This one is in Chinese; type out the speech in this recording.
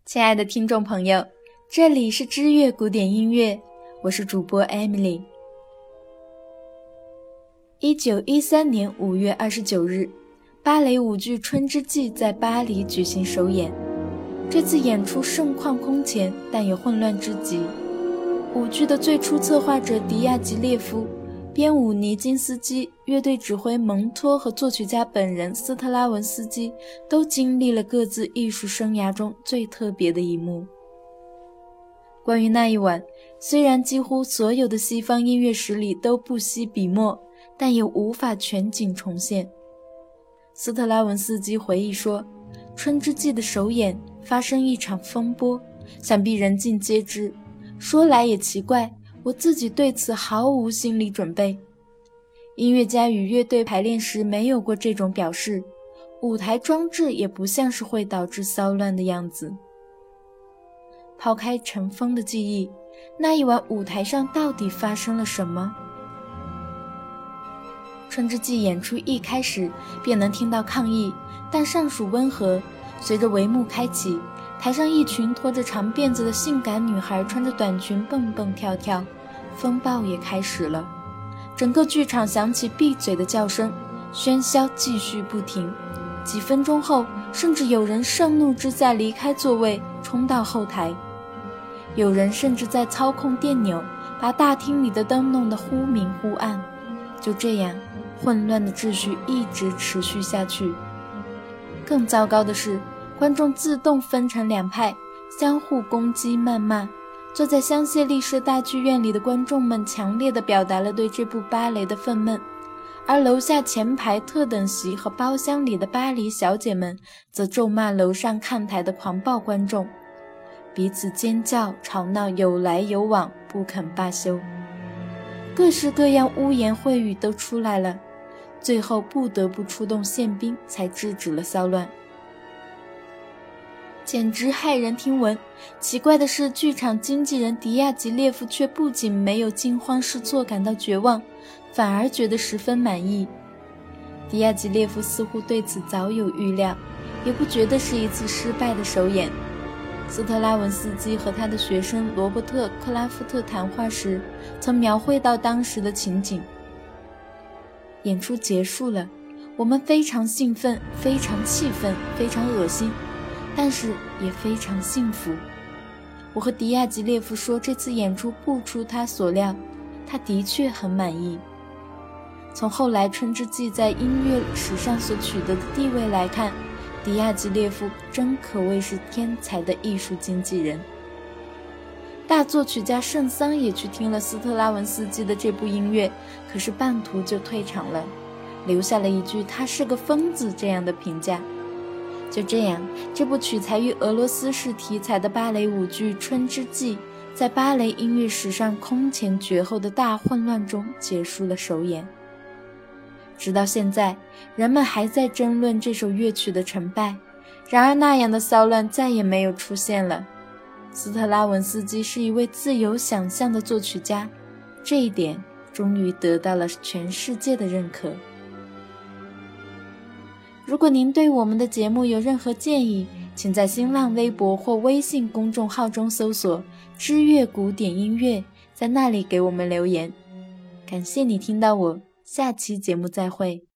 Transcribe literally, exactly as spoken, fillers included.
亲爱的听众朋友，这里是知乐古典音乐，我是主播 Emily。一九一三年五月二十九日，芭蕾舞剧《春之祭》在巴黎举行首演。这次演出盛况空前，但也混乱之极。舞剧的最初策划者迪亚吉列夫、编舞尼金斯基、乐队指挥蒙托和作曲家本人斯特拉文斯基都经历了各自艺术生涯中最特别的一幕。关于那一晚，虽然几乎所有的西方音乐史里都不惜笔墨，但也无法全景重现。斯特拉文斯基回忆说，春之祭的首演发生一场风波，想必人尽皆知。说来也奇怪，我自己对此毫无心理准备。音乐家与乐队排练时没有过这种表示，舞台装置也不像是会导致骚乱的样子。抛开尘封的记忆，那一晚舞台上到底发生了什么？春之祭演出一开始便能听到抗议，但尚属温和。随着帷幕开启，台上一群拖着长辫子的性感女孩穿着短裙蹦蹦跳跳，风暴也开始了。整个剧场响起闭嘴的叫声，喧嚣继续不停。几分钟后，甚至有人盛怒之下离开座位，冲到后台。有人甚至在操控电钮，把大厅里的灯弄得忽明忽暗。就这样，混乱的秩序一直持续下去。更糟糕的是，观众自动分成两派，相互攻击谩骂。坐在香榭丽舍大剧院里的观众们强烈地表达了对这部芭蕾的愤懑，而楼下前排特等席和包厢里的巴黎小姐们则咒骂楼上看台的狂暴观众，彼此尖叫吵闹，有来有往，不肯罢休。各式各样污言秽语都出来了，最后不得不出动宪兵才制止了骚乱。简直骇人听闻。奇怪的是，剧场经纪人迪亚吉列夫却不仅没有惊慌失措感到绝望，反而觉得十分满意。迪亚吉列夫似乎对此早有预料，也不觉得是一次失败的首演。斯特拉文斯基和他的学生罗伯特·克拉夫特谈话时曾描绘到当时的情景。演出结束了，我们非常兴奋，非常气愤，非常恶心，但是也非常幸福。我和迪亚吉列夫说，这次演出不出他所料，他的确很满意。从后来春之祭在音乐史上所取得的地位来看，迪亚吉列夫真可谓是天才的艺术经纪人。大作曲家圣桑也去听了斯特拉文斯基的这部音乐，可是半途就退场了，留下了一句他是个疯子这样的评价。就这样，这部取材于俄罗斯式题材的芭蕾舞剧《春之祭》在芭蕾音乐史上空前绝后的大混乱中结束了首演。直到现在，人们还在争论这首乐曲的成败，然而那样的骚乱再也没有出现了。斯特拉文斯基是一位自由想象的作曲家，这一点终于得到了全世界的认可。如果您对我们的节目有任何建议，请在新浪微博或微信公众号中搜索知乐古典音乐，在那里给我们留言。感谢你听到我，下期节目再会。